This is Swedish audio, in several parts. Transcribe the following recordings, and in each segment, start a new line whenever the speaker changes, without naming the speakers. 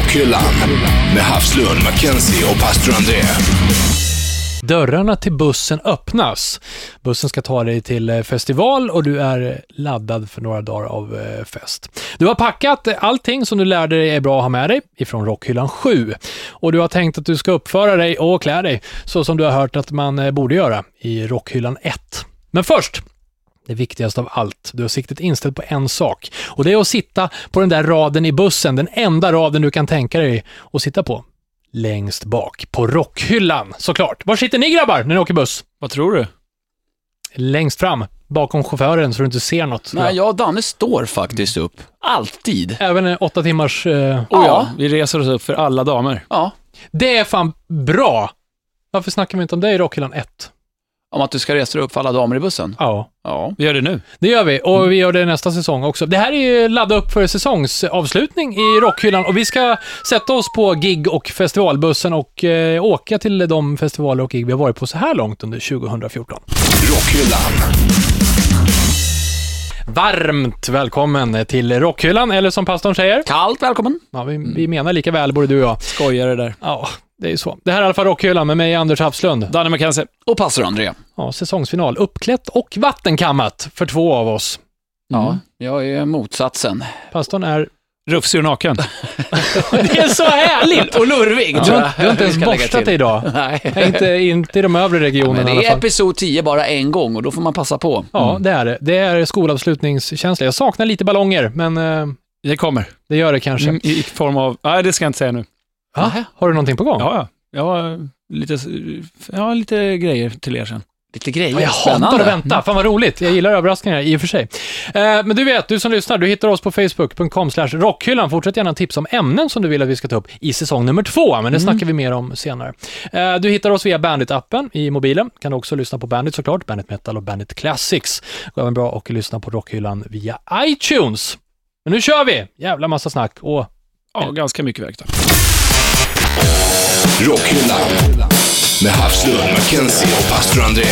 Rockhyllan med Havslund, Mackenzie och pastor André.
Dörrarna till bussen öppnas. Bussen ska ta dig till festival och du är laddad för några dagar av fest. Du har packat allting som du lärde dig är bra att ha med dig ifrån Rockhyllan 7. Och du har tänkt att du ska uppföra dig och klä dig så som du har hört att man borde göra i Rockhyllan 1. Men först, det viktigaste av allt. Du har siktet inställt på en sak. Och det är att sitta på den där raden i bussen. Den enda raden du kan tänka dig att sitta på. Längst bak på Rockhyllan, såklart. Var sitter ni grabbar när ni åker buss?
Vad tror du?
Längst fram, bakom chauffören så du inte ser något.
Nej, jag och Danne står faktiskt upp. Alltid.
Även 8 timmars...
Ja, vi reser oss upp för alla damer.
Ja.
Det är fan bra. Varför snackar vi inte om det i Rockhyllan 1?
Om att du ska resa upp för alla damer i bussen?
Ja.
Vi gör det nu.
Det gör vi, och vi gör det nästa säsong också. Det här är ju ladda upp för säsongsavslutning i Rockhyllan och vi ska sätta oss på gig- och festivalbussen och åka till de festivaler och gig vi har varit på så här långt under 2014.
Rockhyllan.
Varmt välkommen till Rockhyllan, eller som pastorn säger.
Kallt välkommen.
Ja, vi menar lika väl, både du och jag.
Skojar det där.
Ja, det är ju så. Det här är i alla fall Rockhyllan med mig, Anders Havslund.
Danne Mackenzie.
Och pastor André.
Ja, säsongsfinal. Uppklätt och vattenkammat för 2 av oss.
Ja, jag är motsatsen.
Pastorn är...
Rufsig och naken.
Det är så härligt!
Och lurvig,
Du har inte ens borstat dig idag.
Nej.
Inte i de övre regionerna.
Men
i
det
alla
är
fall.
episod 10 bara en gång och då får man passa på.
Ja, det är det. Det är skolavslutningskänsla. Jag saknar lite ballonger, men
Det kommer.
det gör det kanske.
I form av... Nej, det ska jag inte säga nu.
Va? Har du någonting på gång?
Ja. Jag har lite grejer till er sen.
Lite grejer.
Jag hatar att vänta. Fan vad roligt. Jag gillar överraskningar i och för sig. Men du vet, du som lyssnar, du hittar oss på facebook.com/rockhyllan. Fortsätt gärna tipsa om ämnen som du vill att vi ska ta upp i säsong nummer 2. Men det snackar vi mer om senare. Du hittar oss via Bandit-appen i mobilen. Kan du också lyssna på Bandit såklart. Bandit Metal och Bandit Classics. Går även bra att lyssna på Rockhyllan via iTunes. Men nu kör vi! Jävla massa snack. Och...
Ja, ganska mycket verkta.
Rockhyllan med Havslund, Mackenzie och pastor André.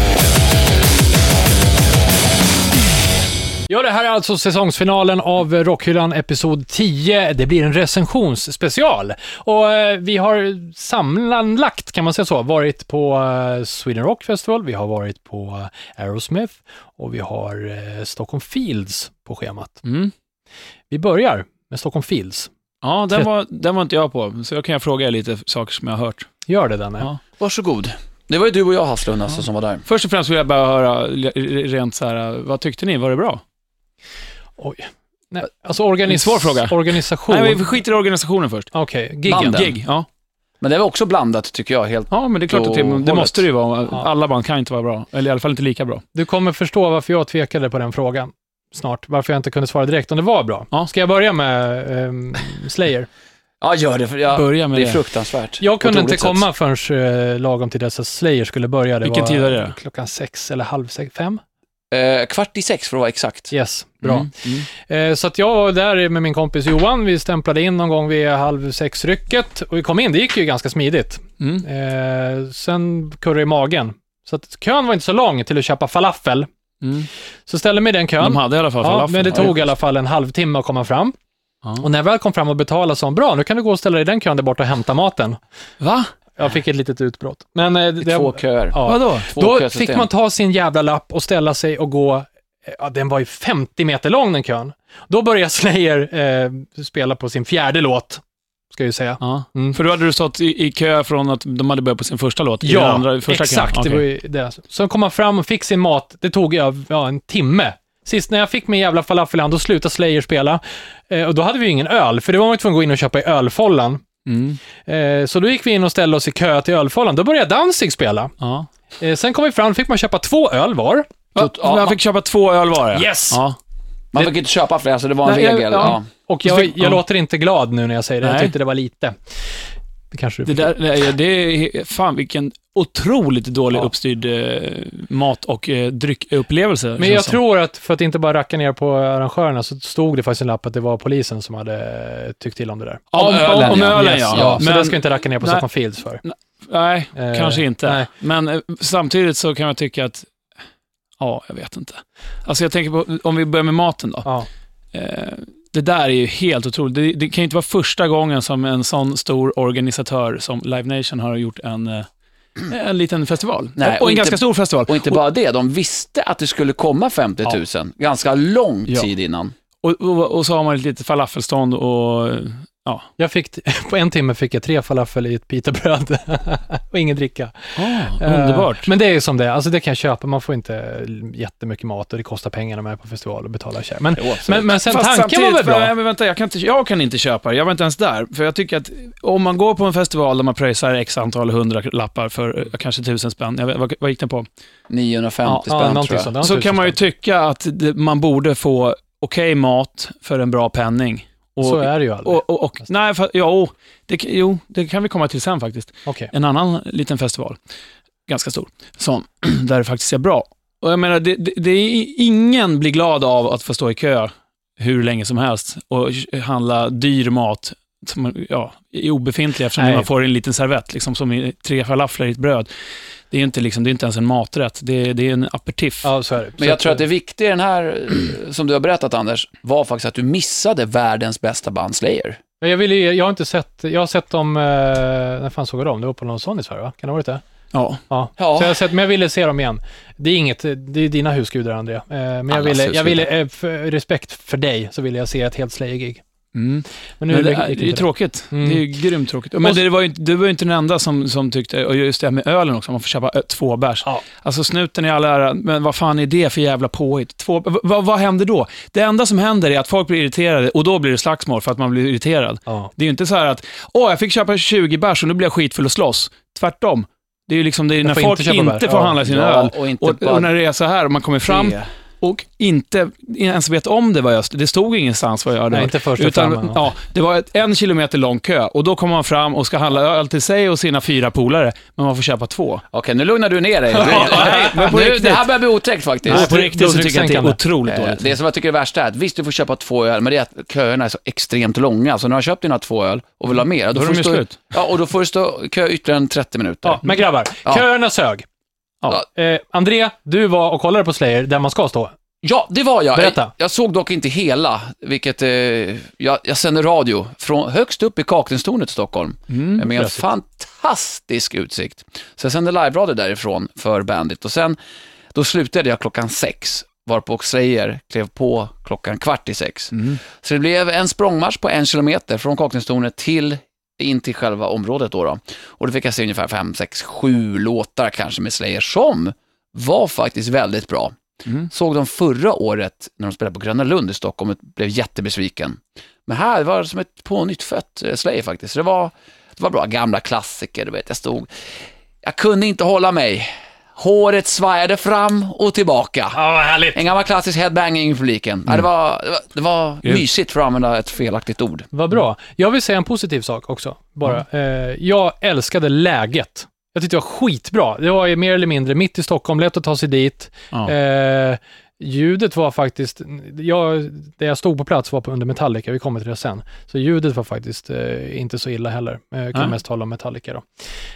Ja, det här är alltså säsongsfinalen av Rockhyllan episod 10. Det blir en recensionsspecial. Och vi har sammanlagt, kan man säga så, varit på Sweden Rock Festival, vi har varit på Aerosmith och vi har Stockholm Fields på schemat. Vi börjar med Stockholm Fields.
Ja, den var inte jag på. Så jag kan fråga er lite saker som jag har hört.
Gör det, Danne.
Ja.
Varsågod. Det var ju du och jag, Havslund, alltså, som var där.
Först och främst vill jag bara höra rent så här, vad tyckte ni? Var det bra?
Oj. Nej, alltså
En svår fråga.
Organisation.
Nej, vi skiter i organisationen först.
Okej, giggen.
Banden.
Gig, ja.
Men det var också blandat, tycker jag, helt.
Ja, men det är klart att det
hållet.
måste det ju vara.
Ja.
Alla band kan inte vara bra. Eller i alla fall inte lika bra.
Du kommer förstå varför jag tvekade på den frågan snart. Varför jag inte kunde svara direkt om det var bra.
Ja.
Ska jag börja med Slayer?
Ja, gör det, för
Börja med
det är
det.
fruktansvärt.
Jag kunde inte
Otroligt
komma förrän lagom till dess att Slayer skulle börja. Det
Vilken
var
tid är det?
6:30 eller 5:30.
5:45 för att vara exakt.
Yes, bra.
Mm.
Så att jag var där med min kompis Johan. Vi stämplade in någon gång vid 5:30-rycket. Och vi kom in, det gick ju ganska smidigt. Sen kurrade i magen. Så att kön var inte så lång till att köpa falafel. Så ställde mig den kön.
De hade i alla fall falafel.
Men det tog i alla fall en halvtimme att komma fram.
Ja.
Och när jag väl kom fram och betalade så bra, nu kan du gå och ställa dig i den kön där borta och hämta maten.
Va?
Jag fick ett litet utbrott. Men
Två köer.
Ja.
Vadå?
Då
kösystem.
fick man ta sin jävla lapp och ställa sig och gå, den var ju 50 meter lång den kön. Då började Slayer spela på sin 4:e låt, ska jag ju säga.
Ja. För då hade du stått i kö från att de hade börjat på sin första låt.
Ja,
första
exakt.
kön.
Det var ju det. Så kom man fram och fick sin mat, det tog en timme. Sist när jag fick min jävla falafeland, då slutade Slayer spela. Och då hade vi ju ingen öl, för det var man tvungen att gå in och köpa i ölfollan. Så då gick vi in och ställde oss i kö till ölfollan. Då började Danzig spela.
Ja.
Sen kom vi fram, fick man köpa 2 öl var.
Jag fick köpa 2 öl var.
Yes!
Ja.
Man fick inte köpa fler, så det var en
Nej,
regel.
ja.
Och jag låter inte glad nu när jag säger det. Jag
Nej.
tyckte det var lite. Det kanske du
Det är fan vilken otroligt dålig uppstyrd mat- och dryckupplevelse.
Men jag tror att, för att inte bara racka ner på arrangörerna, så stod det faktiskt en lapp att det var polisen som hade tyckt till om det där.
Om ölen,
Yes,
ja.
så det ska inte racka ner på
Nej.
Stockholm Fields för.
Nej, kanske inte.
Nej.
Men samtidigt så kan jag tycka att jag vet inte. Alltså jag tänker på, om vi börjar med maten då.
Ja.
Det där är ju helt otroligt. Det kan ju inte vara första gången som en sån stor organisatör som Live Nation har gjort en liten festival.
Nej,
och en ganska stor festival.
Och inte bara det, de visste att det skulle komma 50 000 ganska lång tid innan.
Och så har man lite falafelstånd och
Jag fick, på en timme fick jag 3 falafel i ett pitabröd och ingen dricka.
Underbart.
Men det är ju som det är. Alltså det kan jag köpa. Man får inte jättemycket mat och det kostar pengar när man är på festival och betalar käk. Men sen
Fast
tanken var väl bra?
Men vänta, jag kan inte köpa det. Jag var inte ens där. För jag tycker att om man går på en festival där man pröjsar x antal 100 lappar för kanske 1000 spänn. Vad gick den på?
950 spänn tror jag.
Så kan man ju tycka att man borde få okej mat för en bra penning.
Så är det ju aldrig.
Det kan vi komma till sen faktiskt.
Okay.
En annan liten festival, ganska stor, där det faktiskt är bra. Och jag menar, det är ingen blir glad av att få stå i kö hur länge som helst och handla dyr mat som är obefintlig eftersom man får en liten servett liksom, som är 3 falafler i ett bröd. Det är inte ens en maträtt, det är en aperitif.
Ja, så är det.
Men jag tror att det viktiga i den här, som du har berättat Anders, var faktiskt att du missade världens bästa band Slayer.
Jag har inte sett, jag har sett dem, när fan såg jag dem? Det var på någon sån i Sverige, va? Kan det ha varit det?
Ja.
Så jag har sett, men jag ville se dem igen. Det är dina husgudar, André. Men jag ville respekt för dig, så ville jag se ett helt Slayer-gig. Men nu
det är tråkigt. Det är ju grymt tråkigt. Men du var ju inte den enda som tyckte, och just det här med ölen också, man får köpa 2 bärs. Ja. Alltså snuten är all ära, men vad fan är det för jävla påhitt? Vad händer då? Det enda som händer är att folk blir irriterade och då blir det slagsmål för att man blir irriterad. Ja. Det är ju inte så här att, jag fick köpa 20 bärs och nu blir jag skitfull och slåss. Tvärtom. Det är ju liksom det är när folk inte får handla sin öl och när det är så här och man kommer fram och inte ens vet om det stod ingenstans vad jag gör.
Inte först utan
det var 1 kilometer lång kö och då kommer man fram och ska handla öl till sig och sina 4 polare, men man får köpa 2.
Okej, nu lugnar du ner dig. Det här börjar bli otäckt faktiskt.
Nej, på riktigt så tycker jag att det är otroligt dåligt.
Det som jag tycker är värst är att visst du får köpa 2 öl, men det är att köerna är så extremt långa, så när du har köpt dina 2 öl och vill ha mer, då får du stå kö ytterligare 30 minuter.
Ja, men grabbar, köerna sög. André, du var och kollade på Slayer där man ska stå.
Ja, det var jag.
Berätta.
Jag såg dock inte hela, vilket jag sände radio från högst upp i Kaknästornet i Stockholm. Med en fantastisk utsikt. Så jag sände live-radio därifrån för bandet. Och sen, då slutade jag 6:00, varpå Slayer klev på 6:15. Så det blev en språngmarsch på 1 kilometer från Kaknästornet in till själva området då. Och då fick jag se ungefär 5, 6, 7 låtar kanske med Slayer som var faktiskt väldigt bra. Såg de förra året när de spelade på Gröna Lund i Stockholm och blev jättebesviken. Men här var det som ett pånyttfött Slayer faktiskt. Så det var bra, gamla klassiker, du vet. Jag kunde inte hålla mig. Håret svajade fram och tillbaka.
Härligt.
En gammal klassisk headbanging i publiken. Det var mysigt för att använda ett felaktigt ord.
Vad bra. Jag vill säga en positiv sak också. Jag älskade läget. Jag tyckte det var skitbra. Det var mer eller mindre mitt i Stockholm, lätt att ta sig dit. Ljudet var faktiskt... det jag stod på plats var under Metallica, vi kommer till det sen. Så ljudet var faktiskt inte så illa heller. Jag kan mest tala om Metallica då.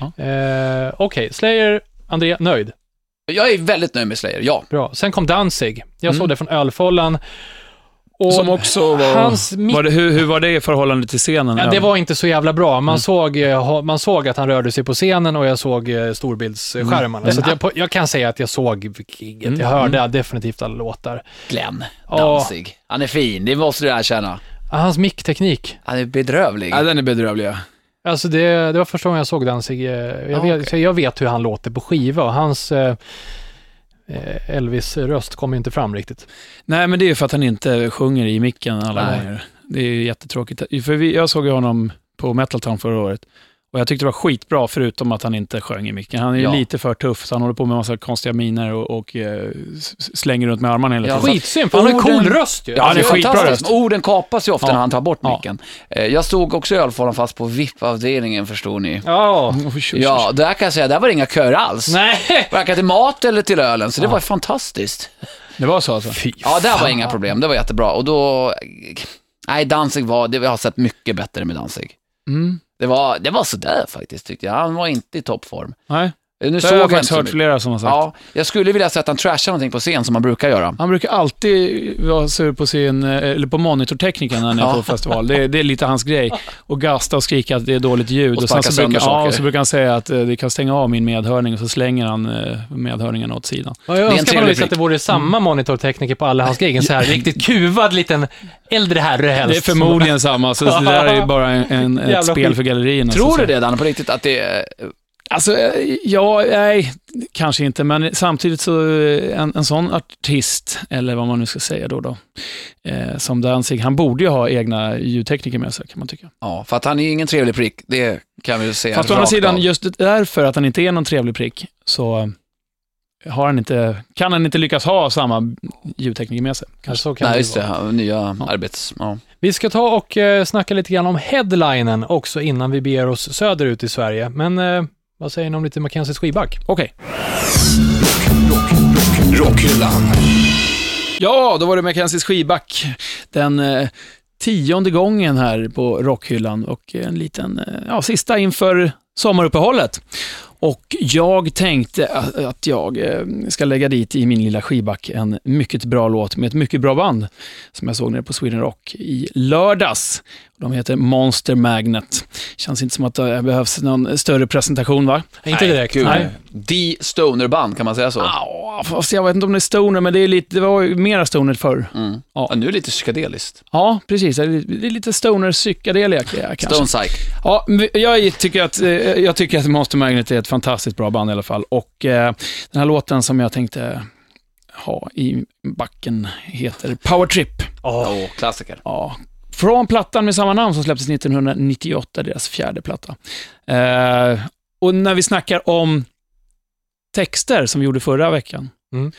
Okej, Slayer, André, nöjd?
Jag är väldigt nöjd med Slayer, ja.
Bra. Sen kom Danzig. Jag såg det från Ölfollan. Och
som också hur var det i förhållande till scenen?
Ja, det var inte så jävla bra. Man såg att han rörde sig på scenen och jag såg storbildsskärmarna. Så att jag kan säga att jag såg jag hörde definitivt alla låtar.
Glenn Danzig. Han är fin, det måste du erkänna.
Hans mickteknik.
Han är bedrövlig.
Ja, den är bedrövlig, ja.
Alltså det var första gången jag såg Danzig. Jag vet hur han låter på skiva och hans... Elvis röst kommer inte fram riktigt.
Nej, men det är ju för att han inte sjunger i micken alla gånger. Det är ju jättetråkigt. För jag såg ju honom på Metal Town förra året och jag tyckte det var skitbra förutom att han inte sjöng i micken. Han är ju lite för tuff så han håller på med en massa konstiga miner och slänger runt med armarna hela tiden.
Skitsynd, för han har en cool röst ju.
Ja, det är skitbra röst. Orden kapas ju ofta när han tar bort micken. Jag stod också i Ölfollan fast på VIP-avdelningen, förstår ni. Ja, där kan jag säga, där var det inga köer alls.
Nej.
Varken till mat eller till ölen, så det var fantastiskt.
Det var så alltså?
Ja, där var inga problem, det var jättebra. Och då, Danzig jag har sett mycket bättre med Danzig. Det var sådär faktiskt, tyckte jag. Han var inte i toppform.
Nej.
Nu
Det har jag faktiskt hört flera som har sagt.
Ja, jag skulle vilja säga att han trashar någonting på scen som man brukar göra.
Han brukar alltid vara sur på eller på monitortekniken när han är på festival. Det är lite hans grej. Och gasta och skrika att det är dåligt ljud. Och sen så brukar han säga att det kan stänga av min medhörning och så slänger han medhörningen åt sidan.
Ja, jag önskar på något vis att det vore samma monitortekniker på alla hans grejer. Så här riktigt kuvad liten äldre herre helst.
Det är förmodligen samma, så det där är ju bara ett spel för gallerierna.
Tror du det, Dan, på riktigt, att det är...
Alltså, nej, kanske inte, men samtidigt så en sån artist, eller vad man nu ska säga då, som Danzig, han borde ju ha egna ljudtekniker med sig, kan man tycka.
Ja, för att han är ingen trevlig prick, det kan vi ju säga.
Fast å andra sidan, just därför att han inte är någon trevlig prick, så kan han inte lyckas ha samma ljudtekniker med sig.
Så kan
nej, just det, nya arbets... Ja.
Vi ska ta och snacka lite grann om headlinen också innan vi beger oss söderut i Sverige, men... vad säger ni om lite Mackenzies skivback?
Okej.
Rockhyllan.
Ja, då var det Mackenzies skivback. Den 10:e gången här på Rockhyllan och en liten sista inför sommaruppehållet. Och jag tänkte att jag ska lägga dit i min lilla skivback en mycket bra låt med ett mycket bra band som jag såg nere på Sweden Rock i lördags. De heter Monster Magnet. Känns inte som att det behövs någon större presentation, va?
Inte direkt. Nej.
The Stoner-band, kan man säga så?
Ja, fast jag vet inte om det är stoner, men det var ju mera stoner förr.
Mm. Ja, nu är det lite psykedeliskt.
Ja, precis. Det är lite stoner psykedelia kanske.
Stone Psych.
Ja, jag tycker att Monster Magnet är ett fantastiskt bra band i alla fall. Och den här låten som jag tänkte ha i backen heter Power Trip.
Klassiker.
Ja. Från plattan med samma namn som släpptes 1998, deras 4:e platta. Och när vi snackar om texter som vi gjorde förra veckan,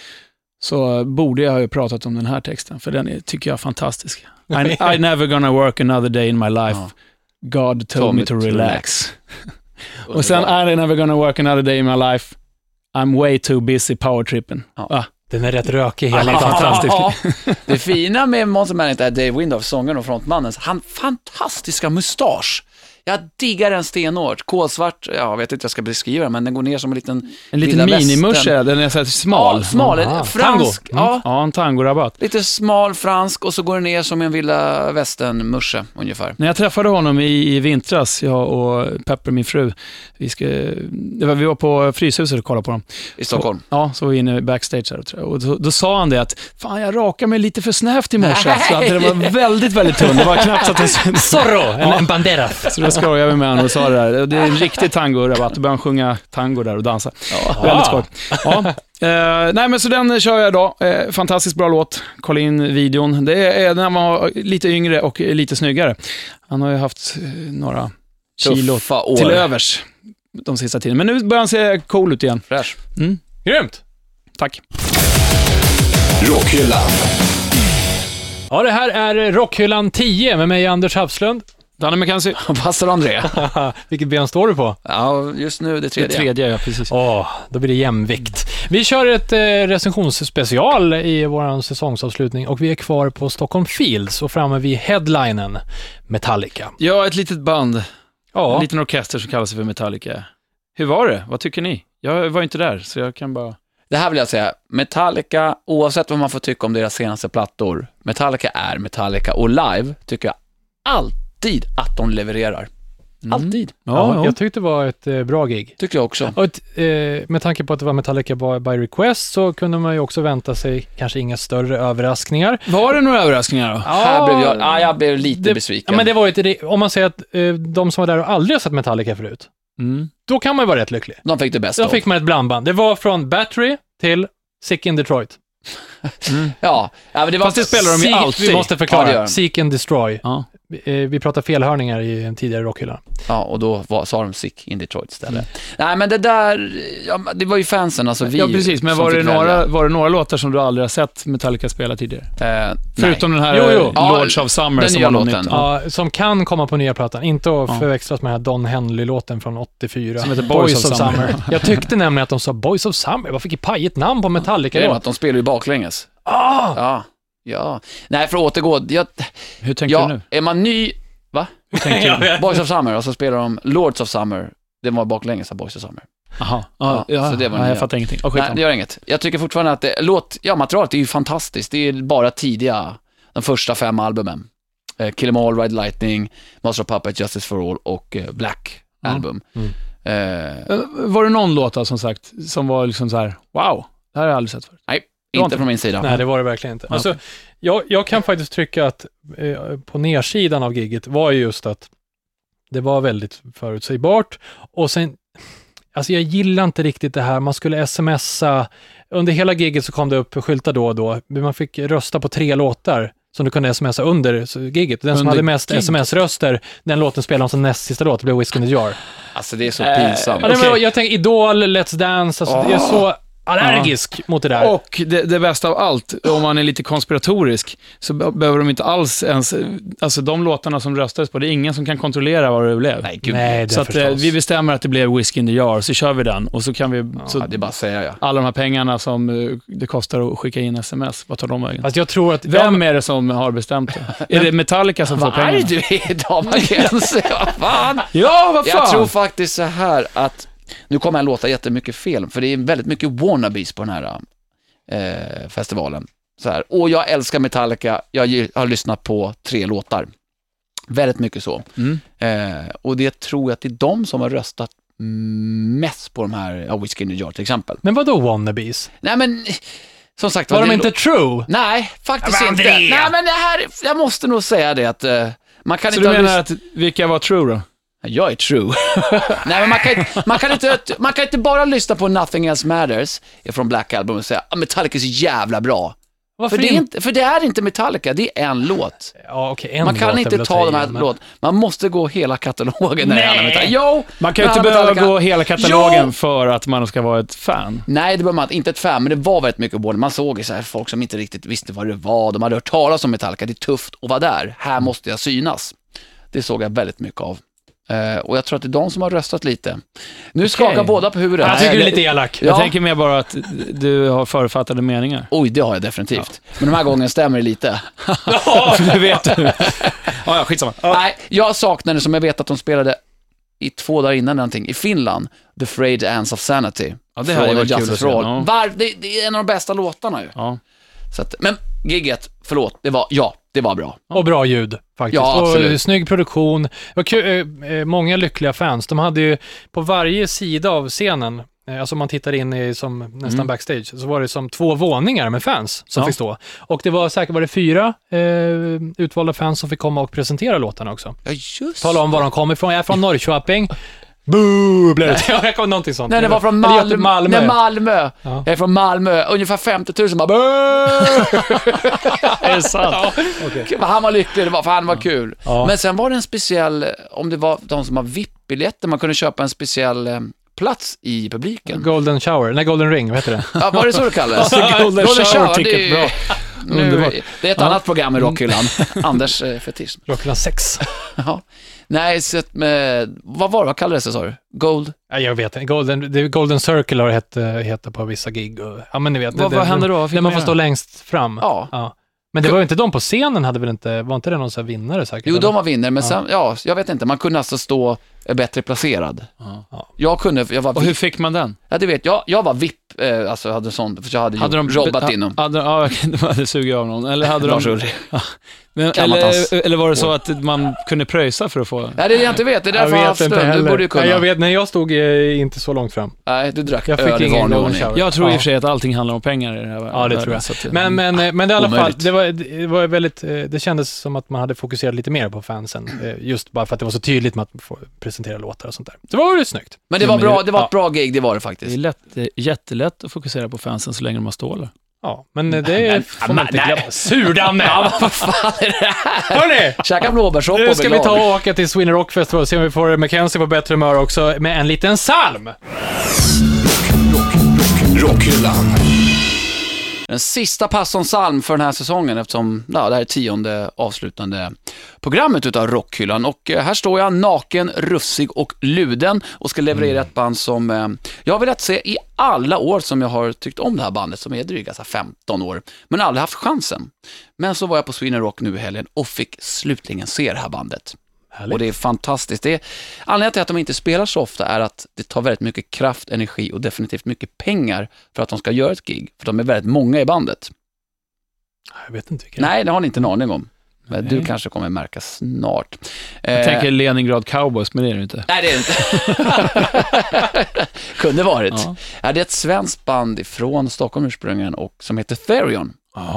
så borde jag ha pratat om den här texten, för den tycker jag är fantastisk. I never gonna work another day in my life. God told me to relax. Och sen I never gonna work another day in my life. I'm way too busy power tripping.
Den är rätt rökig hela
fantastisk.
Det fina med Monster Magnet är Dave Window, sångaren och frontmannen. Han fantastiska mustasch. Jag diggar den stenhårt. Kolsvart, jag vet inte jag ska beskriva den, men den går ner som en liten
minimusche, den är så här smal.
Ja, smal, fransk.
Tango. Ja, en tangorabatt.
Lite smal fransk och så går den ner som en vilda västernmusche ungefär.
När jag träffade honom i vintras, jag och Pepper, min fru, vi var på Fryshuset och kollade på dem.
I Stockholm?
Så var vi inne backstage här, och då sa han det att fan, jag rakar mig lite för snävt i morse, så att det var väldigt, väldigt tunn. Det var knappt så att det...
Zorro, en bandera.
Så då skojade vi med honom och sa det där. Det är en riktig tango-rabatt. Då började han sjunga tango där och dansa. Väldigt skoj. Nej, men så den kör jag idag. Fantastiskt bra låt. Kolla in videon. Det är när man var lite yngre och lite snyggare. Han har ju haft några kilo till övers de sista tiden. Men nu börjar han se cool ut igen.
Fresh.
Grymt.
Tack.
Rockhyllan.
Ja, det här är Rockhyllan 10 med mig, Anders Hafslund.
Danne Mackenzie.
Pastor André.
Vilket ben står du på?
Ja, just nu det tredje.
Det tredje, ja, precis.
Då blir det jämvikt. Vi kör ett recensionsspecial i vår säsongsavslutning och vi är kvar på Stockholm Fields och framme vid headlinen Metallica.
Ja, ett litet band.
Ja.
En liten orkester som kallas för Metallica. Hur var det? Vad tycker ni? Jag var inte där, så jag kan bara...
Det här vill jag säga, Metallica, oavsett vad man får tycka om deras senaste plattor, Metallica är Metallica, och live tycker jag alltid att de levererar. Alltid.
Ja, jag tyckte det var ett bra gig.
Tycker jag också.
Och med tanke på att det var Metallica by request så kunde man ju också vänta sig kanske inga större överraskningar.
Var det några överraskningar då?
Här blev jag blev lite besviken.
Ja, men det var ju om man säger att de som var där och aldrig har sett Metallica förut, då kan man ju vara rätt lycklig.
De fick det bästa.
Då fick man ett blandband. Det var från Battery till Sick in Detroit.
Ja, men det var...
Fast det spelar de ju alltid.
Vi måste förklara.
Ja,
Seek and Destroy.
Ja.
Vi pratar felhörningar i en tidigare rockhylla.
Ja, och då sa de Sick in Detroit istället. Nej, men det där... Ja, det var ju fansen, alltså vi...
Ja, precis. Men var det några låtar som du aldrig har sett Metallica spela tidigare? Förutom den här Lords of Summer
den
som
nya
var
låten.
Ja, som kan komma på nya plattan. Inte att förväxlas med den här Don Henley-låten från 84.
Som heter Boys of Summer.
Jag tyckte nämligen att de sa Boys of Summer. Vad fick ett pajigt namn på Metallica?
Det var att de spelar ju baklänges. Ja. Nej, för att återgå.
Hur tänker du nu?
Är man ny... Va?
Hur tänker du?
Boys of Summer, och så spelar de Lords of Summer. Det var baklänges av Boys of Summer.
Jaha,
så det var
jag fattar ingenting.
Nej, det gör inget. Jag tycker fortfarande att materialet är ju fantastiskt. Det är bara de första 5 albumen. Kill 'Em All, Ride Lightning, Master of Puppets, Justice for All och Black album.
Var det någon låt som sagt som var liksom så här: wow, det här har jag aldrig sett förut?
Nej, inte från min sida.
Nej, det var det verkligen inte. Alltså, jag kan faktiskt trycka att på nersidan av gigget var just att det var väldigt förutsägbart. Och sen, alltså jag gillar inte riktigt det här. Man skulle smsa. Under hela gigget så kom det upp skyltar då och då. Man fick rösta på 3 låtar som du kunde smsa under gigget. Den som hade mest sms-röster, den låten spelade som näst sista låt, det blev Whiskey in the Jar.
Alltså det är så pinsamt.
Jag tänker Idol, Let's Dance, alltså det är så allergisk mot det där.
Och det bästa av allt, om man är lite konspiratorisk, så behöver de inte alls ens, alltså de låtarna som röstades på, det är ingen som kan kontrollera vad det blev.
Nej,
så att vi bestämmer att det blev Whiskey in the Jar, så kör vi den, och så kan vi
det är bara att säga,
alla de här pengarna som det kostar att skicka in sms, vad tar de vägen?
Alltså jag tror att
vem är det som har bestämt det? Är det Metallica som får pengarna?
Vad är du idag, Mackenzie? Vad fan?
Ja, vad fan?
Jag tror faktiskt så här att nu kommer jag låta jättemycket fel, för det är väldigt mycket wannabes på den här festivalen. Så här. Och jag älskar Metallica, jag har lyssnat på 3 låtar. Väldigt mycket så. Och det tror jag att det är de som har röstat mest på de här Whiskey in the Jar till exempel.
Men vad då wannabes?
Nej men, som sagt...
Var de inte true?
Nej, faktiskt inte. Nej men det här, jag måste nog säga det att man kan
så
inte...
Så du menar att vilka var true då?
Jag är true. Nej, men man kan inte bara lyssna på Nothing Else Matters från Black Album och säga Metallica är så jävla bra. För det är inte Metallica, det är en låt.
Ja, okay,
man kan inte ta de här låt. Man måste gå hela katalogen när det handlar om Metallica. Jo,
man kan ju inte behöva gå hela katalogen för att man ska vara ett fan.
Nej, det behöver man inte ett fan, men det var väldigt mycket både. Man såg så här folk som inte riktigt visste vad det var. De hade hört talas om Metallica, det är tufft att vara där. Här måste jag synas. Det såg jag väldigt mycket av. Och jag tror att det är de som har röstat lite. Nu skakar båda på huvudet.
Jag tycker du är lite elak.
Jag tänker mer bara att du har förutfattade meningar.
Oj, det har jag definitivt. Men de här gången stämmer det lite.
Du vet du. Ja, skitsamma.
Nej, jag saknade, som jag vet att de spelade i 2 dagar innan någonting, i Finland, The Frayed Ants of Sanity.
Ja, det hade varit kul att se.
Det är en av de bästa låtarna ju.
Ja.
Så att, men gigget, förlåt, det var bra.
Och bra ljud faktiskt.
Ja, absolut.
Och snygg produktion. Och många lyckliga fans. De hade ju på varje sida av scenen, alltså om man tittar in i som nästan backstage, så var det som 2 våningar med fans som fick stå. Och det var säkert 4 utvalda fans som fick komma och presentera låtarna också.
Ja, just.
Tala om var de kommer ifrån. Jag är från Norrköping. Boo, blev det. Jag kom någonting sånt.
Nej, det var från Malmö. Nej, Malmö. Ja. Jag är från Malmö. Ungefär 50 000 bara
är det sant? Ja.
Okay. Han var lycklig, för han var kul. Ja. Men sen var det en speciell, om det var de som har VIP-biljetter, man kunde köpa en speciell plats i publiken.
Golden Shower, nej Golden Ring, vad heter det?
Ja, var det så det kallas?
Golden Shower ticket, bra.
Det är ett annat program i Rockhyllan. Anders fetisch.
Rockhyllan 6.
Ja. Nej, så med, vad kallades det, sa du? Gold?
Ja, jag vet inte. Golden Circle har det hetat på vissa gig. Och, ja, men ni vet.
Vad händer då?
När man får stå längst fram.
Ja.
Men det var ju inte de på scenen, var inte det någon sån här vinnare säkert?
Jo, de var vinnare, men sen, jag vet inte. Man kunde alltså stå bättre placerad. Jag var
och hur fick man den?
Ja, det vet jag. Jag var VIP, alltså hade sånt, för jag hade jobbat inom.
De hade sugit av någon. Eller hade de... eller var det så att man kunde pröjsa för att få...
Nej, det är det jag inte vet. Det är därför jag har stund. Du borde ju kunna.
Nej, jag stod inte så långt fram.
Nej, du drack
jag fick ingen
ordning. Jag tror i och för sig att allting handlar om pengar i det här.
Ja, det tror jag. Men i alla fall, det var väldigt... Det kändes som att man hade fokuserat lite mer på fansen. Just bara för att det var så tydligt med att få presentera låtar och sånt där. Så det var ju snyggt.
Men det var bra, det var ett bra gig, det var det faktiskt.
Det är jättelätt att fokusera på fansen så länge de har stålar.
Ja, men det får man inte glömma. Surdanne!
Vad fan är det här?
Hörrni!
Käka blåbärssoppa.
Nu ska vi ta och åka till Sweden Rock Festival och se om vi får Mackenzie på bättre humör också med en liten psalm.
Rockhyllan.
Den sista Passon-psalm för den här säsongen, eftersom det här är 10:e avslutande programmet utav Rockhyllan. Och här står jag naken, russig och luden och ska leverera ett band som jag har velat se i alla år som jag har tyckt om det här bandet, som är dryga 15 år, men aldrig haft chansen. Men så var jag på Sweden Rock nu i helgen och fick slutligen se det här bandet.
Härligt.
Och det är fantastiskt. Anledningen till att de inte spelar så ofta är att det tar väldigt mycket kraft, energi och definitivt mycket pengar för att de ska göra ett gig. För de är väldigt många i bandet.
Jag vet inte vilken.
Nej, det har ni inte en aning om. Men du kanske kommer märka snart.
Jag tänker Leningrad Cowboys, men det är det inte.
Nej, det är det inte. Kunde varit. Ja. Det är ett svenskt band från Stockholm ursprungligen och som heter Therion.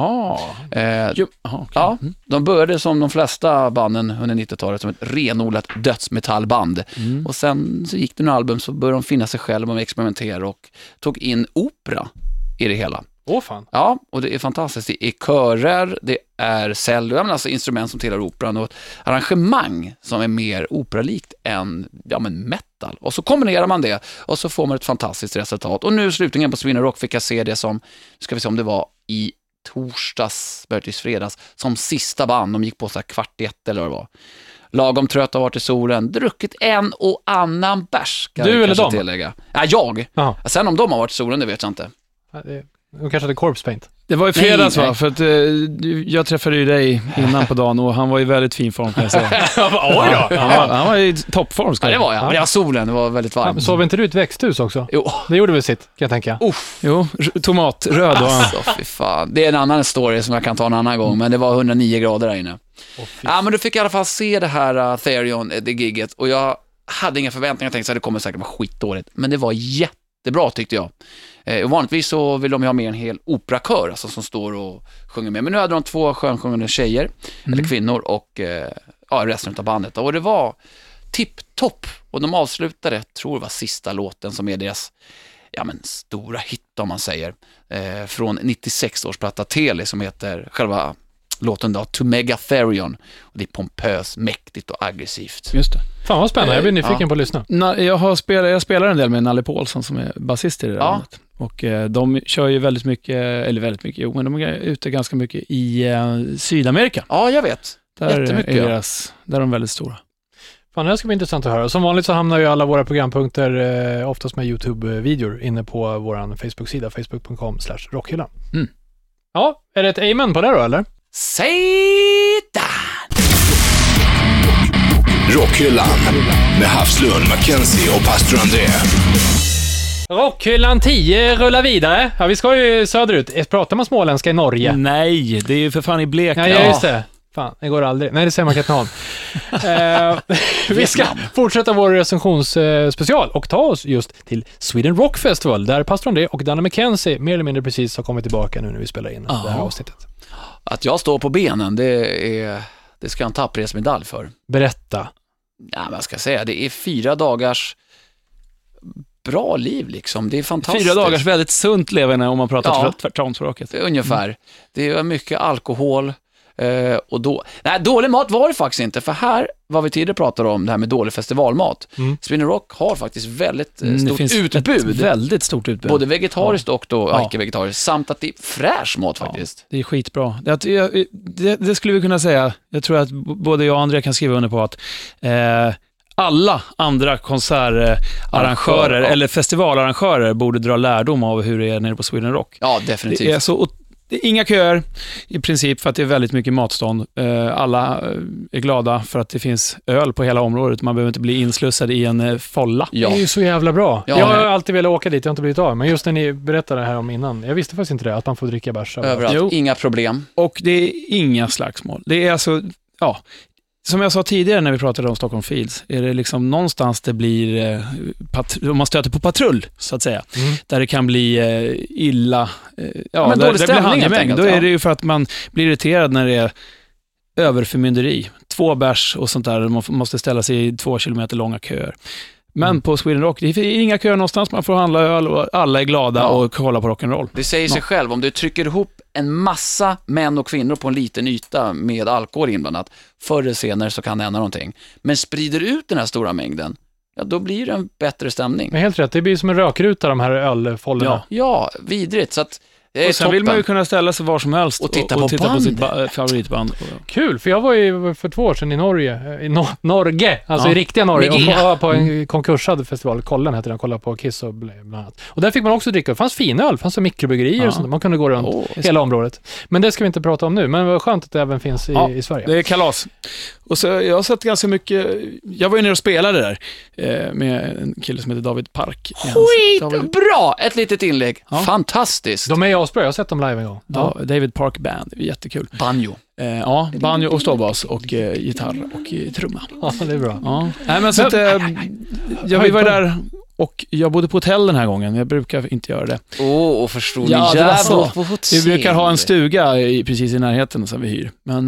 Ja, de började som de flesta banden under 90-talet som ett renodlat dödsmetallband. Och sen så gick det några album så började de finna sig själva och experimentera och tog in opera i det hela.
Fan.
Ja, och det är fantastiskt. Det är körer, det är cello, alltså instrument som tillhör operan och ett arrangemang som är mer operalikt än metal. Och så kombinerar man det och så får man ett fantastiskt resultat. Och nu slutligen på Sweden Rock fick jag se det som, ska vi se om det var i torsdags, började fredags, som sista band. De gick på så här 1:15 eller vad det var. Lagom trött har varit i solen, druckit en och annan bärs.
Du eller de?
Tillägga. Ja, jag.
Aha.
Sen om de har varit i solen, det vet jag inte.
De kanske hade corpse paint.
Det var i fredags va? För att jag träffade ju dig innan på dagen och han var i väldigt fin form kan jag säga. Han var i toppform.
Ja, det var jag. Men det var solen, det var väldigt varmt.
Ja, sov inte du i ett växthus också?
Jo.
Det gjorde väl sitt, kan jag tänka.
Jo, tomatröd.
Alltså, fy fan. Det är en annan story som jag kan ta en annan gång, men det var 109 grader där inne. Ja, men du fick i alla fall se det här Therion, det gigget, och jag hade inga förväntningar. Jag tänkte att det kommer säkert vara skitdåligt, men det var jättebra tyckte jag. Och vanligtvis så vill de ju ha med en hel operakör alltså, som står och sjunger med. Men nu hade de 2 skönsjungande tjejer eller kvinnor och resten av bandet. Och det var tipptopp. Och de avslutade, tror det var sista låten som är deras stora hit om man säger. Från 96 års platta Tele som heter själva låten då, To Mega Therion. Och det är pompöst, mäktigt och aggressivt.
Just det.
Fan vad spännande, jag blir nyfiken på att lyssna.
Jag spelar en del med Nalle Paulsson som är basist i det där bandet. Och de kör ju väldigt mycket, men de är ute ganska mycket i Sydamerika.
Ja, jag vet. Jättemycket.
Där är de väldigt stora.
Fan, det här ska bli intressant att höra. Som vanligt så hamnar ju alla våra programpunkter oftast med YouTube-videor inne på vår Facebook-sida, facebook.com/rockhyllan. Ja, är det ett amen på det då, eller?
Satan!
Rockhyllan med Hafslund, Mackenzie och pastor André.
Rockhyllan 10 rullar vidare. Ja, vi ska ju söderut. Pratar man småländska i Norge?
Nej, det är ju för fan i Blekinge.
Ja, just det. Fan, det går aldrig. Nej, det säger man Katrineholm. Vi ska fortsätta vår recensionsspecial och ta oss just till Sweden Rock Festival där pastor André och Dana Mackenzie mer eller mindre precis har kommit tillbaka nu när vi spelar in det här avsnittet.
Att jag står på benen, det ska jag en tappresmedalj för.
Berätta.
Ja, men jag ska säga, det är 4 dagars bra liv liksom. Det är fantastiskt.
4 dagars väldigt sunt levande om man pratar tvärtomspråket.
Ungefär. Det är mycket alkohol. Och dålig mat var det faktiskt inte. För här, vad vi tidigare pratade om, det här med dålig festivalmat. Sweden Rock har faktiskt väldigt stort utbud.
Väldigt stort utbud.
Både vegetariskt och då icke-vegetariskt. Samt att det är fräsch mat faktiskt.
Ja, det är skitbra. Det skulle vi kunna säga. Jag tror att både jag och André kan skriva under på att alla andra konsertarrangörer eller festivalarrangörer borde dra lärdom av hur det är nere på Sweden Rock.
Ja, definitivt.
Det är så det är inga köer i princip för att det är väldigt mycket matstånd. Alla är glada för att det finns öl på hela området. Man behöver inte bli inslussad i en folla.
Ja. Det är ju så jävla bra.
Ja.
Jag har alltid velat åka dit, jag har inte blivit av. Men just när ni berättade det här om innan, jag visste faktiskt inte det, att man får dricka bärs.
Överallt, inga problem.
Och det är inga slagsmål. Det är alltså, som jag sa tidigare när vi pratade om Stockholm Fields, är det liksom någonstans det blir om man stöter på patrull så att säga, där det kan bli illa
men
där det blir handgemäng. Då är det ju för att man blir irriterad när det är överförmynderi. 2 bärs och sånt där, man måste ställa sig i 2 kilometer långa köer. Men på Sweden Rock, det är inga köer någonstans, man får handla öl och alla är glada och kolla på rock'n'roll.
Det säger sig själv, om du trycker ihop en massa män och kvinnor på en liten yta med alkohol inblandat, förr eller senare så kan det hända någonting. Men sprider ut den här stora mängden, då blir det en bättre stämning.
Men helt rätt, det blir som en rökruta de här ölfollorna.
Ja, vidrigt, så att
och sen vill man ju kunna ställa sig var som helst
och titta på
sitt favoritband.
Kul, för jag var ju för 2 år sedan i Norge, Norge, alltså i riktiga Norge, och var på en konkursad festival, Kollen heter den, kolla på Kiss och bland annat. Och där fick man också dricka, det fanns fina öl, det fanns mikrobryggerier och sånt, man kunde gå runt hela området. Men det ska vi inte prata om nu, men vad skönt att det även finns i Sverige.
Det är kalas. Och så jag har sett ganska mycket. Jag var ju nere och spelade där med en kille som heter David Park.
Skitbra! Ett litet inlägg. Ja. Fantastiskt.
De är asbra, jag har sett dem live en gång.
Ja, David Park Band, det är jättekul.
Banjo.
Ja, banjo och ståbas och gitarr och trumma.
Ja, det är bra.
Ja. Nej, men så att, vi var där och jag bodde på hotell den här gången. Jag brukar inte göra det.
Och förstår ni?
Ja,
Jävlar
på hotell. Vi brukar ha en stuga precis i närheten som vi hyr. Men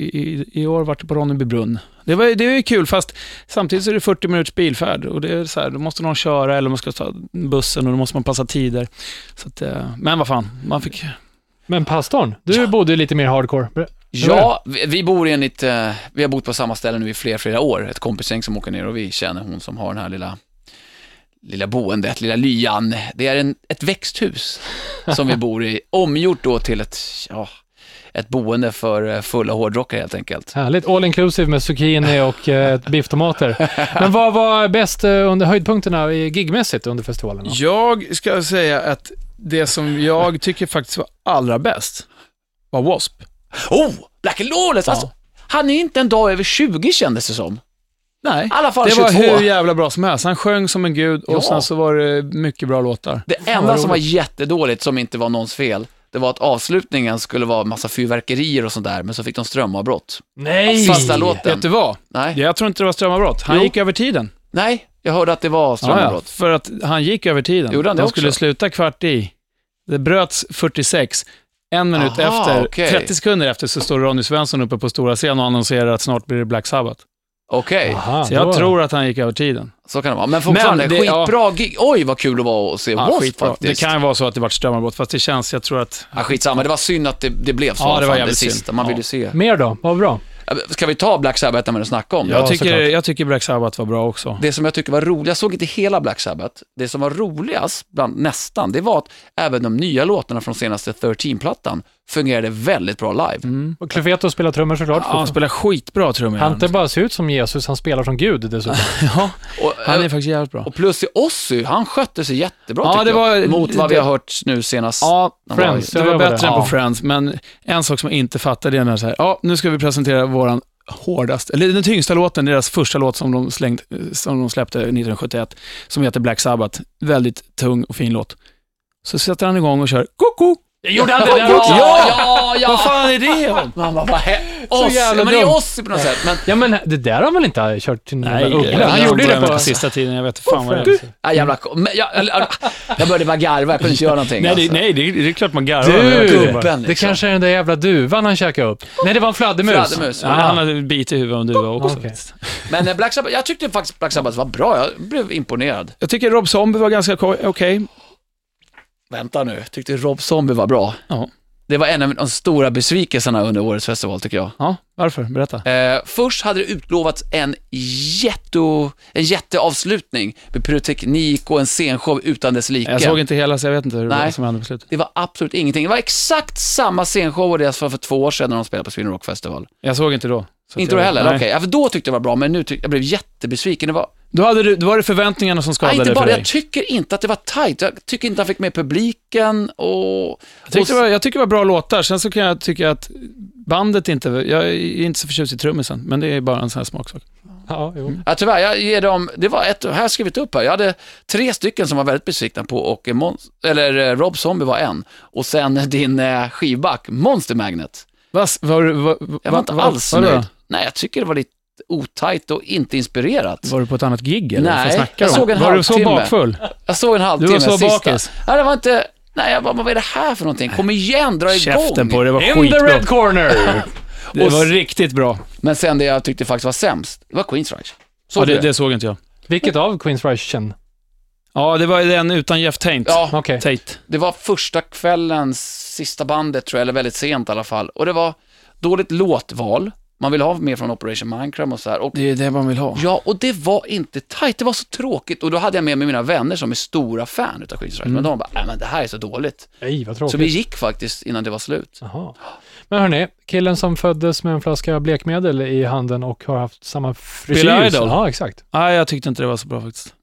i år var det på Ronnebybrunn. Det är ju kul, fast samtidigt så är det 40 minuters bilfärd och det är så här, då måste någon köra eller man ska ta bussen och då måste man passa tider. Så att, men vad fan, man fick...
Men pastorn, du bodde lite mer hardcore.
Ja, vi bor enligt, vi har bott på samma ställe nu i flera år. Ett kompisgäng som åker ner och vi känner hon som har den här lilla boendet, lilla lyan. Det är ett växthus som vi bor i, omgjort då till ett boende för fulla hårdrockare helt enkelt.
Härligt, all inclusive med zucchini och bifftomater. Men vad var bäst under höjdpunkterna gigmässigt under festivalen? Då?
Jag ska säga att det som jag tycker faktiskt var allra bäst var W.A.S.P.
Black and Lawless!
Ja.
Alltså, han är inte en dag över 20 kändes det som.
Nej,
I alla fall
det
22.
var hur jävla bra som helst. Han sjöng som en gud och sen så var det mycket bra låtar.
Det enda som var jättedåligt, som inte var någons fel, det var att avslutningen skulle vara massa fyrverkerier och sånt där, men så fick de strömavbrott.
Nej!
Fasta låten.
Vet du vad?
Nej.
Jag tror inte det var strömavbrott. Han gick över tiden.
Nej, jag hörde att det var strömavbrott.
Ja, för att han gick över tiden.
Gjorde han det
de
också?
skulle sluta 15:15. Det bröts 46. En minut efter,
okej.
30 sekunder efter så står Ronny Svensson uppe på stora scen och annonserar att snart blir det Black Sabbath.
Okej.
Så jag tror att han gick över tiden.
Så kan det vara. Men fortfarande, skitbra gig. Oj, vad kul det var att se W.A.S.P. faktiskt.
Det kan ju vara så att det var strömavbrott, fast det känns, jag tror att...
Skitsamma, det var synd att det blev så.
Ja, det var
det sista
synd.
man ville se.
Mer då? Vad bra.
Ska vi ta Black Sabbath när man snackar om det?
Jag tycker Black Sabbath var bra också.
Det som jag tycker var roligt, jag såg inte hela Black Sabbath, det som var roligast nästan, det var att även de nya låtarna från senaste 13-plattan fungerade väldigt bra live.
Och Clufeto spelar trummor såklart.
Ja, han spelar skitbra trummor.
Han inte bara ser ut som Jesus, han spelar som Gud dessutom.
Ja, han är faktiskt jävligt bra.
Och plus i Ozzy, han skötte sig jättebra tycker
det var,
jag, mot vad vi har hört nu senast.
Ja,
Friends.
Det var bättre än på Friends, men en sak som jag inte fattade är så här, nu ska vi presentera våran hårdaste, eller den tyngsta låten, deras första låt som de släppte 1971, som heter Black Sabbath. Väldigt tung och fin låt. Så sätter han igång och kör koko.
Gjorde han det där också?
Ja.
Vad fan är det om?
Man bara,
jävla
men det är Ozzy på något sätt. Men...
Ja, men det där har han väl inte kört till
Nej,
han gjorde det på
sista tiden, jag vet fan vad det är.
Jag började bara garva, jag kunde inte göra någonting.
Nej, det är klart man garvar.
Gubben,
det kanske är den där jävla duvan han käkade upp. Nej, det var en fladdermus.
Ja, han hade bit i huvudet och duva också.
Okay.
Men Black Sabbath, jag tyckte faktiskt Black Sabbath var bra, jag blev imponerad.
Jag tycker Rob Zombie var ganska okej.
Vänta nu, tyckte Rob Zombie var bra.
Ja.
Det var en av de stora besvikelserna under årets festival tycker jag.
Ja, varför? Berätta.
Först hade det utlovats en jätteavslutning med pyroteknik och en scenshow utan dess like.
Jag såg inte hela, så jag vet inte hur det som hände på slutet.
Det var absolut ingenting. Det var exakt samma scenshow och det för 2 år sedan när de spelade på Sweden Rock Festival.
Jag såg inte då.
Inte då heller? Okej. För då tyckte jag det var bra, men nu jag blev jättebesviken.
Då var det förväntningarna som skadade
inte bara,
för dig.
jag tycker inte att det var tajt. Jag tycker inte att han fick med publiken och...
Jag tycker det var bra låtar. Sen så kan jag tycka att bandet inte... Jag är inte så förtjust i trummisen, men det är bara en sån här smaksak.
Ja, jo.
Ja, tyvärr, jag ger dem... Det var här har jag skrivit upp här. Jag hade 3 stycken som var väldigt besvikna på och Rob Zombie var en. Och sen din skivback, Monster Magnet.
Jag
var inte alls nöjd. Nej, jag tycker det var lite otajt och inte inspirerat.
Var du på ett annat gig eller?
Nej, jag såg en halvtimme.
Var du så bakfull?
Jag såg en halvtimme.
Du var så bakis?
Nej, det var inte... Nej, jag bara, vad är det här för någonting? Kom igen, dra igång.
Käften på det var
In
skitbra.
the red corner!
Det var riktigt bra.
Men sen det jag tyckte faktiskt var sämst, det var Queensryche.
Det såg inte jag.
Vilket av Queensryche?
Ja, det var den utan Jeff Tate.
Ja,
okay.
Det var första kvällens sista bandet tror jag, eller väldigt sent i alla fall. Och det var dåligt låtval. Man vill ha mer från Operation Mindcrime och så här. Och
det är det man vill ha.
Ja, och det var inte tajt. Det var så tråkigt. Och då hade jag med mig mina vänner som är stora fan utav Queensryche. Men de bara, men det här är så dåligt.
Nej, vad tråkigt.
Så vi gick faktiskt innan det var slut.
Aha. Men hörni, killen som föddes med en flaska blekmedel i handen och har haft samma frisyr.
Billy Idol?
Ja, exakt.
Nej, jag tyckte inte det var så bra faktiskt.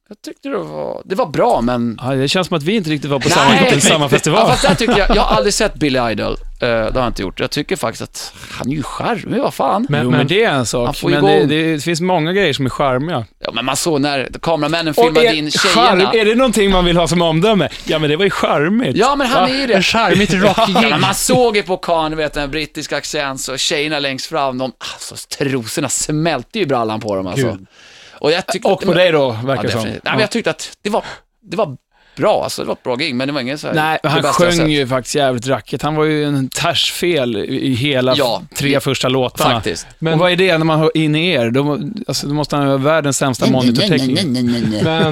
Jag tyckte det var bra, men...
Ja, det känns som att vi inte riktigt var på samma festival.
Ja, fast där tycker jag har aldrig sett Billy Idol. Det har jag inte gjort. Jag tycker faktiskt att han är ju charmig, vad fan.
Men det är en sak. Men det finns många grejer som är charmiga.
Ja, men man såg när kameramännen filmade in tjejerna.
Är det någonting man vill ha som omdöme? Ja, men det var ju charmigt.
Ja, men han är ju det.
En charmigt rockig.
Ja, men man såg ju på Khan, vet den brittiska accent och tjejerna längst fram, trosorna smälte ju brallan på dem alltså.
Och på dig då, verkar som.
Nej, men jag tyckte att det var bra, alltså det var ett bra gig, men det var ingen så här.
Nej, han sjöng ju faktiskt jävligt racket. Han var ju en tärsfel i hela 3 första låtarna.
Faktiskt.
Men, och vad är det när man har in i er? Då måste han ha världens sämsta monitortäckning.
Men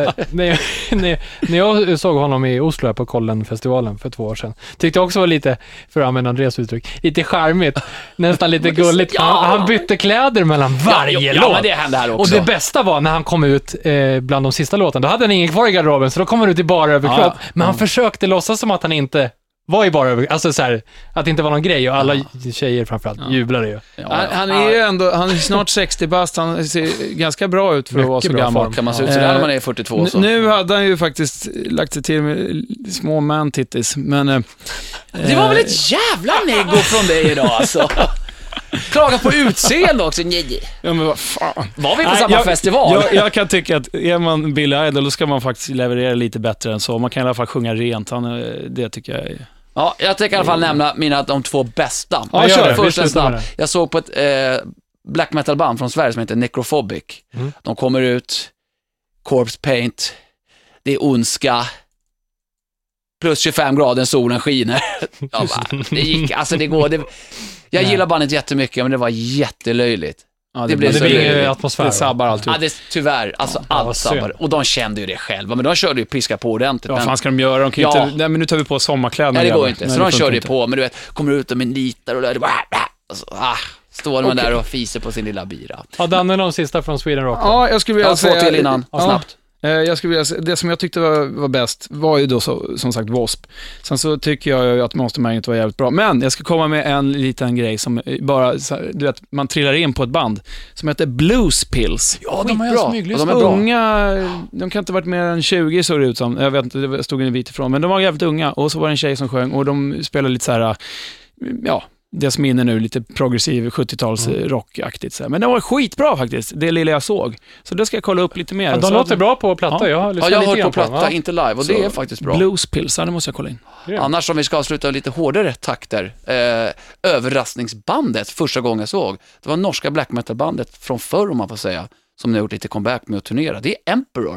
när jag såg honom i Oslo här på Kollen-festivalen för 2 år sedan, tyckte jag också var lite, för att använda Andreas uttryck, lite charmigt, nästan lite gulligt. Han bytte kläder mellan varje låt.
Men det hände här också.
Och det bästa var när han kom ut bland de sista låtarna. Då hade han ingen kvar i garderoben, så då kom han ut i bara överkropp. Men han försökte låtsas som att han inte var i bara överkropp. Alltså så här, att det inte var någon grej. Och alla tjejer framförallt jublade ju.
Han är ju ändå, han är snart 60 bast. Han ser ganska bra ut för att vara så gammal.
Kan man se ut så där när man är 42 så.
Nu hade han ju faktiskt lagt sig till med små man-tittis. Men
det var väl ett jävla neggo från dig idag alltså. Klaga på utseende också.
Ja, men vad fan.
Var vi på samma festival?
Jag kan tycka att är man Billy Idol, då ska man faktiskt leverera lite bättre än så. Man kan i alla fall sjunga rent. Det tycker jag är...
Ja, jag tänker i alla fall nämna de 2 bästa. Jag såg på ett black metal band från Sverige som heter Necrophobic. De kommer ut, Corpse Paint, det är ondska, plus 25 grader, solen skiner. Det gick, alltså det går... Jag gillar bandet jättemycket, men det var jättelöjligt.
Ja,
det blir ingen atmosfär.
Det sabbar allt.
Ja, tyvärr. Alltså allt sabbar. Och de kände ju det själva, men de körde ju piska på ordentligt.
Ja, vad fan ska de göra? De kan inte... Nej, men nu tar vi på sommarkläderna.
Nej, det går inte. Så de körde ju på, men du vet, kommer ut med nitar och där, alltså, står man där och fiser på sin lilla bira.
Ja, Danne, de sista från Sweden Rock.
Ja, jag skulle vilja säga...
2 till innan, snabbt.
Jag skulle vilja säga, det som jag tyckte var bäst var ju då som sagt W.A.S.P. Sen så tycker jag ju att Monster Magnet var jävligt bra. Men jag ska komma med en liten grej som bara, du vet, man trillar in på ett band som heter Blues Pills.
Ja, de är
de är unga, de kan inte ha varit mer än 20 så det ut som. Jag vet inte, det stod en bit ifrån. Men de var jävligt unga och så var det en tjej som sjöng och de spelade lite så här, det som är inne nu, lite progressiv 70-tals rockaktigt. Men det var skitbra faktiskt, det lilla jag såg. Så det ska jag kolla upp lite mer.
Ja, de låter bra på platta. Jag har
hört på platta, inte live. Och det är faktiskt bra.
Blues Pills, det måste jag kolla in.
Annars om vi ska avsluta lite hårdare takter. Överraskningsbandet, första gången jag såg. Det var norska black metal-bandet från förr, om man får säga. Som nu har gjort lite comeback med att turnera. Det är Emperor.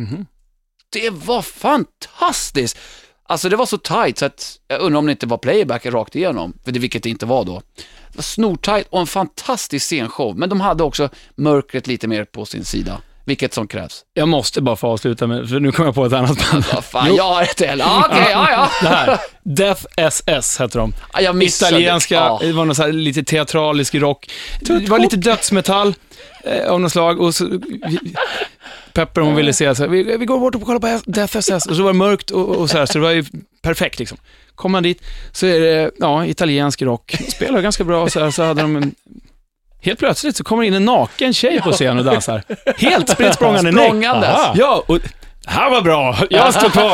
Det var fantastiskt. Alltså det var så tight så att jag undrar om det inte var playback rakt igenom. För det, vilket det inte var då. Det var snortight och en fantastisk scenshow. Men de hade också mörkret lite mer på sin sida. Vilket som krävs.
Jag måste bara få avsluta med, för nu kommer jag på ett annat band.
Vad fan, jag har ett till. Okej.
Det här, Death SS heter de.
Jag missade.
Italienska, det var någon så här lite teatralisk rock. Det var lite dödsmetall av något slag. Och så... Pepper, hon ville se så här, vi går bort och kollar på Death SS. Och så var det mörkt och så här, så det var ju perfekt liksom. Kommer man dit så är det italiensk rock. Spelar ganska bra så hade de helt plötsligt så kommer in en naken tjej på scen och dansar. Helt spritt språngandes. Ja, och här var bra. Jag står kvar.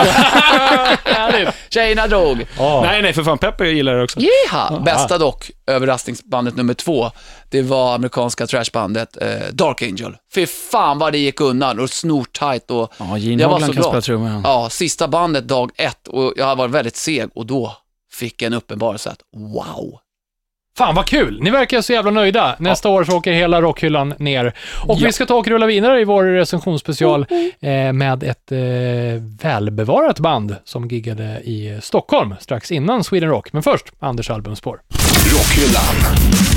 Tjejerna drog.
Nej, för fan, Pepper gillar det också.
Bästa dock, överraskningsbandet nummer 2, det var amerikanska trashbandet Dark Angel. Fy fan vad det gick undan och snortajt och
jag var så glad.
Ja, sista bandet dag 1 och jag var väldigt seg och då fick jag en uppenbarelse att wow.
Fan vad kul, ni verkar så jävla nöjda. Nästa år så åker hela rockhyllan ner. Och vi ska ta och rulla vidare i vår recensionsspecial med ett välbevarat band som giggade i Stockholm strax innan Sweden Rock. Men först, Anders albumspår.
Rockhyllan.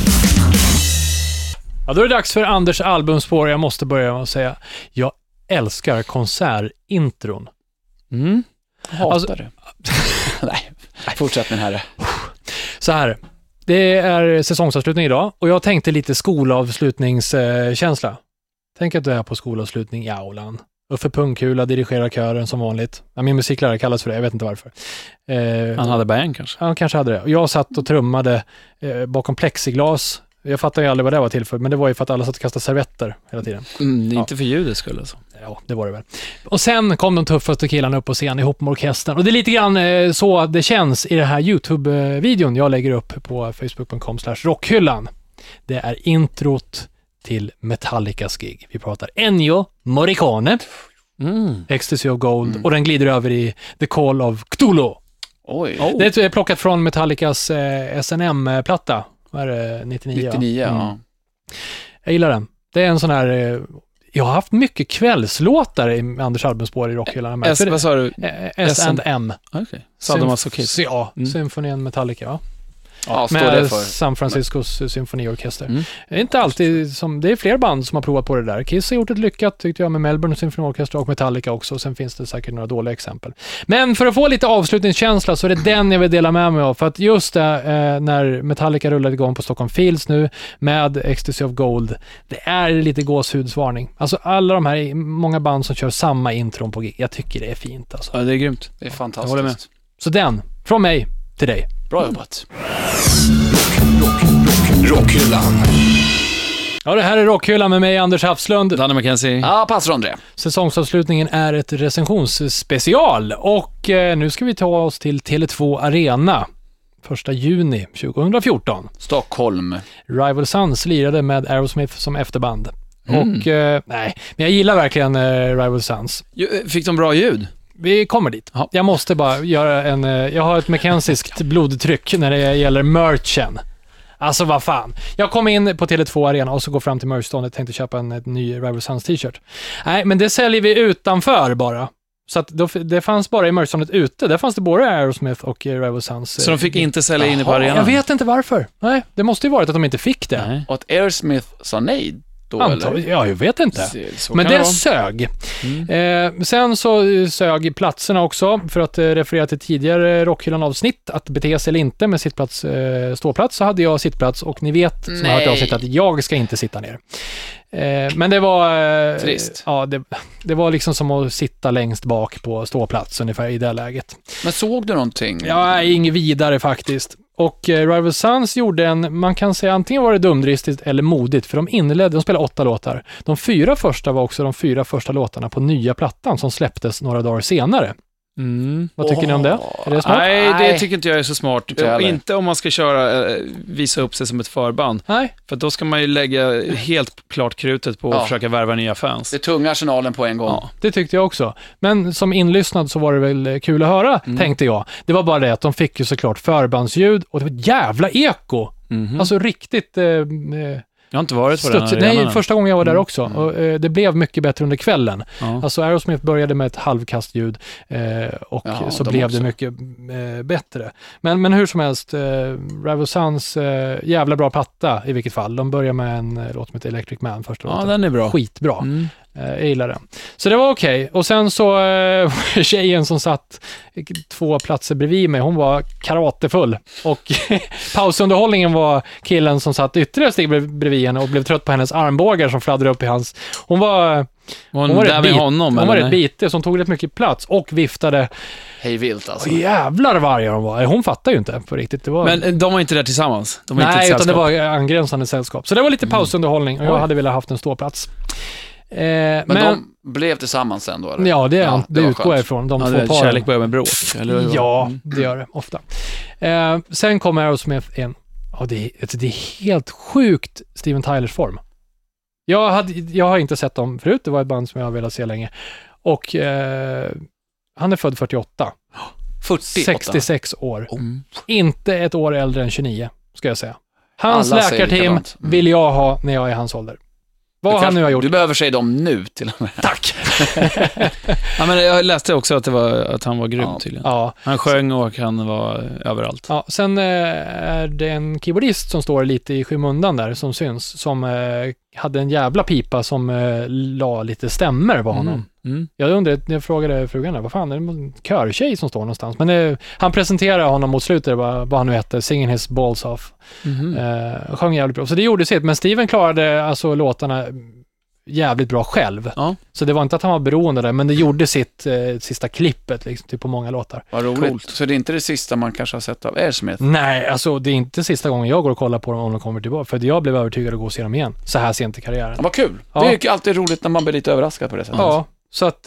Ja, då är det dags för Anders albumspår. Jag måste börja med att säga, jag älskar konsertintron.
Hatar det. Nej, fortsätt med den här.
Så här. Det är säsongsavslutning idag och jag tänkte lite skolavslutningskänsla. Tänk att du är på skolavslutning i aulan. Uffe Pungkula dirigerar kören som vanligt. Min musiklärare kallas för det, jag vet inte varför.
Han hade band kanske.
Han kanske hade det. Och jag satt och trummade bakom plexiglas Jag fattar ju aldrig vad det var till för, men det var ju för att alla satt och kastade servetter hela tiden.
Inte för ljudets skull alltså.
Ja, det var det väl. Och sen kom de tuffaste killarna upp på scen ihop med orkestern. Och det är lite grann så det känns i den här YouTube-videon jag lägger upp på facebook.com/rockhyllan. Det är introt till Metallicas gig. Vi pratar Ennio Morricone, Ecstasy of Gold, och den glider över i The Call of Cthulhu.
Oj.
Det är plockat från Metallicas SNM-platta. Vad är det? 99,
ja.
Jag gillar den. Det är en sån här... Jag har haft mycket kvällslåtar i Anders albumspår i rockhyllan.
Vad sa du?
S&M.
Okej. Sadomasochism.
Ja, Symfonien Metallica, va?
Ja, står
med
det för.
San Franciscos symfoniorkester. Det är inte alltid som... Det är fler band som har provat på det där. Kiss har gjort ett lyckat, tyckte jag, med Melbourne symfoniorkester och Metallica också. Sen finns det säkert några dåliga exempel. Men för att få lite avslutningskänsla så är det den jag vill dela med mig av. För att just det, när Metallica rullade igång på Stockholm Fields nu med Ecstasy of Gold, det är lite gåshudsvarning. Alltså alla de här, många band som kör samma intron på gig. Jag tycker det är fint alltså.
Ja, det är grymt.
Det är fantastiskt.
Jag håller med.
Så den, från mig till dig.
Bra jobbat.
Rockhyllan.
Ja, det här är Rockhyllan med mig, Anders Hafslund.
Danne McKenzie.
Ja, passar André.
Säsongsavslutningen är ett recensionsspecial och nu ska vi ta oss till Tele2 Arena 1 juni 2014.
Stockholm.
Rival Sons lirade med Aerosmith som efterband. Och nej, men jag gillar verkligen Rival Sons.
Fick de bra ljud?
Vi kommer dit.
Ja.
Jag måste bara göra jag har ett McKenzieskt blodtryck när det gäller merchen. Alltså vad fan. Jag kom in på Tele2 Arena och så går fram till merchståndet och tänkte köpa en ny Rival Sons t-shirt. Nej, men det säljer vi utanför bara. Så att det fanns bara i merchståndet ute. Där fanns det både Aerosmith och Rival Sons.
Så de fick inte sälja inne på arenan?
Jag vet inte varför. Nej, det måste ju varit att de inte fick det.
Nej.
Och att Aerosmith sa nej då, eller?
Ja, jag vet inte.
Så
Men
kan
det
vara.
sög. Sen så sög platserna också, för att referera till tidigare Rockhyllan-avsnitt, att bete sig eller inte med sittplats, ståplats, så hade jag sittplats, och ni vet som har hört avsnitt att jag ska inte sitta ner. Men det var...
Trist.
Ja, det var liksom som att sitta längst bak på ståplats ungefär i det läget.
Men såg du någonting?
Ja, inget vidare faktiskt. Och Rival Sons gjorde man kan säga antingen var det dumdristigt eller modigt, för de spelade 8 låtar. De 4 första var också de 4 första låtarna på nya plattan som släpptes några dagar senare. Vad tycker ni om det? Är det smart?
Nej, det tycker inte jag är så smart.
Inte
Inte om man ska visa upp sig som ett förband.
Nej.
För då ska man ju lägga helt klart krutet på att försöka värva nya fans.
Det tunga arsenalen på en gång.
Ja, det tyckte jag också. Men som inlyssnad så var det väl kul att höra, tänkte jag. Det var bara det att de fick ju såklart förbandsljud och det var ett jävla eko. Alltså riktigt...
Jag har inte varit på den arenan.
Nej, första gången jag var där också. Och, det blev mycket bättre under kvällen.
Ja.
Alltså Aerosmith började med ett halvkastljud och så blev
också.
det mycket bättre. Men hur som helst, Rival Sons jävla bra platta i vilket fall. De börjar med en låt som heter Electric Man första låten.
Ja, den är bra.
Skitbra. Jag gillar den. Så det var okej. Och sen så tjejen som satt 2 platser bredvid mig, hon var karatefull. Och pausunderhållningen var killen som satt ytterligare steg bredvid henne och blev trött på hennes armbågar som fladdrade upp i hans... Hon var rätt bitig som tog rätt mycket plats och viftade.
Hej vilt alltså.
Jävlar vad arga de var. Hon fattar ju inte på riktigt. Det var...
Men de var inte där tillsammans? De var
Nej,
inte
utan
sällskap.
det var angränsande sällskap. Så det var lite pausunderhållning och jag hade velat haft en ståplats.
Men de blev tillsammans sen då, eller?
Ja, det utgår jag ifrån. De två paren.
Kärlek börjar med bråk. Eller
Ja, det gör det ofta. Sen kommer Aerosmith in. Och det är helt sjukt Steven Tylers form. Jag har inte sett dem förut. Det var ett band som jag har velat se länge. Och han är född 48. 66 år. Inte ett år äldre än 29, ska jag säga. Hans
Alla säger
läkarteam
likadant.
vill jag ha när jag är hans ålder. Vad han nu har gjort.
Du behöver säga dem nu till och med.
Tack!
Ja, men jag läste också att han var grym tydligen.
Ja.
Han sjöng och han var överallt.
Ja, sen är det en keyboardist som står lite i skymundan där, som syns, som hade en jävla pipa som la lite stämmer på honom. Jag undrade, jag frågade frugan där, vad fan är det en körtjej som står någonstans? Men han presenterade honom mot slutet, vad han nu hette, Singing His Balls Off. Sjöng jävligt bra. Så det gjorde sitt, men Steven klarade alltså låtarna jävligt bra själv.
Ja.
Så det var inte att han var beroende där, men det gjorde sitt sista klippet liksom, typ på många låtar.
Vad roligt. Så det är inte det sista man kanske har sett av Aerosmith?
Nej, alltså det är inte sista gången jag går och kollar på dem om de kommer tillbaka. För jag blev övertygad att gå och se dem igen. Så här sent i karriären.
Ja, vad kul.
Ja.
Det är ju alltid roligt när man blir lite överraskad på det sättet.
Ja, så att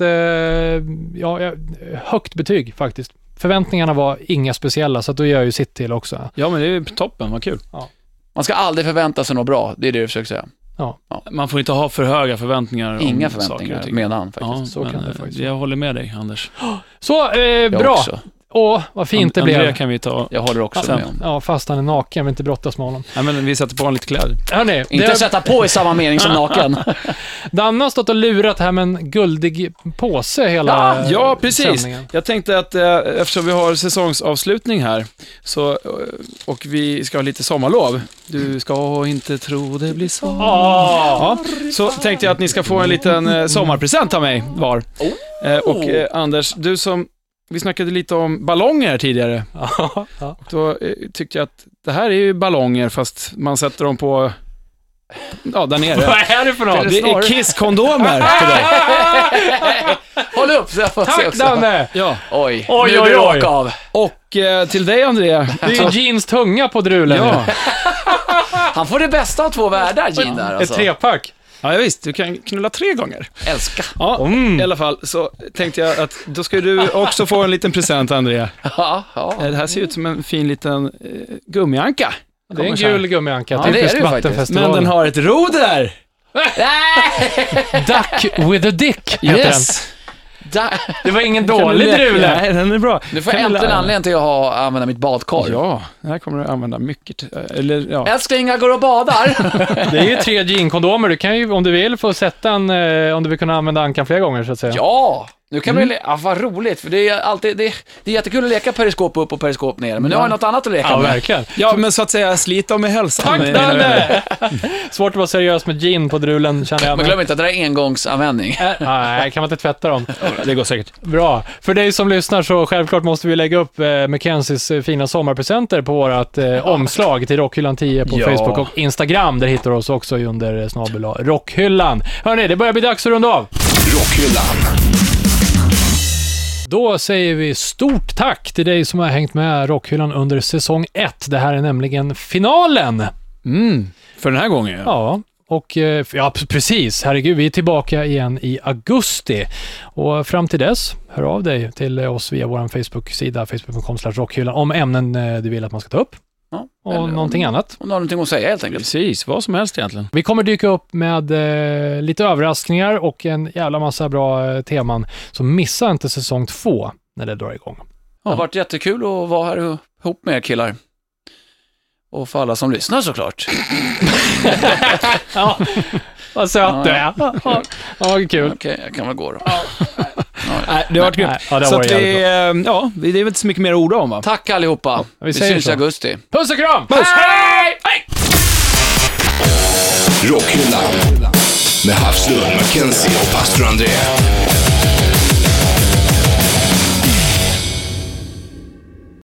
högt betyg faktiskt. Förväntningarna var inga speciella, så att då gör jag ju sitt till också.
Ja, men det är ju toppen, vad kul.
Ja.
Man ska aldrig förvänta sig något bra, det är det du försöker säga.
Ja.
Man får inte ha för höga förväntningar.
Inga
om
förväntningar,
saker och ting.
menar han faktiskt.
Ja,
Så
men,
kan det faktiskt
jag håller med dig, Anders.
Så,
Jag
bra.
också.
Åh, vad fint det
Andrea
blev.
kan vi ta.
Jag håller också
Sen.
med om.
Ja, fast han är naken, jag vill inte brottas med honom.
Nej, men vi sätter på en lite kläder.
Hörrni,
Inte sätta på i samma mening som naken.
Danne har stått och lurat här med en guldig påse hela
Ja, precis.
sändningen.
Jag tänkte att eftersom vi har säsongsavslutning här så, och vi ska ha lite sommarlov. Du ska inte tro det blir så. Ja, så tänkte jag att ni ska få en liten sommarpresent av mig var. Och Anders, du som... Vi snackade lite om ballonger här tidigare.
Ja.
Då tyckte jag att det här är ju ballonger fast man sätter dem på... Ja, där nere.
Vad är det för något?
Det är Kiss-kondomer till dig.
Håll upp så jag får se
Tack
också.
Danne!
Ja.
Oj,
Oj,
nu
oj,
blir det
oj.
åka av.
Och till dig, Andrea.
Det är ju Jeans tunga på drulen.
Ja.
Han får det bästa av två världar, Gene, där
Ett
alltså.
trepack.
Ja, visst. Du kan knulla 3 gånger.
Älska.
Ja, i alla fall så tänkte jag att då ska du också få en liten present, Andrea.
Ja.
Det här ser ut som en fin liten gummianka.
Det är en gul gummianka.
Ja, det är
Typiskt
det ju faktiskt.
Vattenfestival.
Men den har ett roder!
Duck with a dick heter
Yes!
den. Det var ingen dålig drule.
Nej, den är bra.
Nu får jag
Kan du
äntligen
lära-
anledning till att använda mitt badkar.
Ja, det här kommer du använda mycket. Eller, ja.
Älskling, jag går och badar.
Det är ju 3 jean-kondomer. Du kan ju, om du vill, få sätta en, om du vill kunna använda ankan flera gånger, så att säga.
Ja, nu kan vi vad roligt. För det är alltid, det är jättekul att leka periskop upp och periskop ner. Men nu har jag något annat att leka
Ja,
med.
verkligen.
Ja, men så att säga, slita med hälsan.
Tack, Danne! Svårt att vara seriös med jean på drulen, känner jag.
Men glöm inte att det är engångsanvändning.
Nej, kan man inte tvätta dem.
Det går säkert.
Bra. För dig som lyssnar så självklart måste vi lägga upp Mackenzies fina sommarpresenter på vårt omslag till Rockhyllan 10 på Facebook och Instagram. Där hittar du oss också under @ Rockhyllan. Hörrni, det börjar bli dags att runda av.
Rockhyllan.
Då säger vi stort tack till dig som har hängt med Rockhyllan under säsong 1. Det här är nämligen finalen.
För den här gången, ja.
Ja, och ja, precis. Herregud, vi är tillbaka igen i augusti. Och fram till dess, hör av dig till oss via vår Facebook-sida, facebook.com/rockhyllan, om ämnen du vill att man ska ta upp.
Ja,
Och
eller
någonting annat.
Om du har någonting att säga helt enkelt.
Precis, vad som helst egentligen.
Vi kommer dyka upp med lite överraskningar och en jävla massa bra teman. Så missa inte säsong 2 när det drar igång.
Det har varit jättekul att vara här ihop med er killar. Och för alla som lyssnar såklart.
Ja, vad söt du är. Ja, kul.
Okej, jag kan väl gå då.
Nej, det har varit grymt.
Ja, det har
Så
varit
att vi,
jävligt
ja, det är väl inte så mycket mer att orda om, va?
Tack allihopa.
vi säger
syns
så.
i augusti.
Puss och kram!
Puss!
Rockhyllan med Havslund, Mackenzie och pastor André.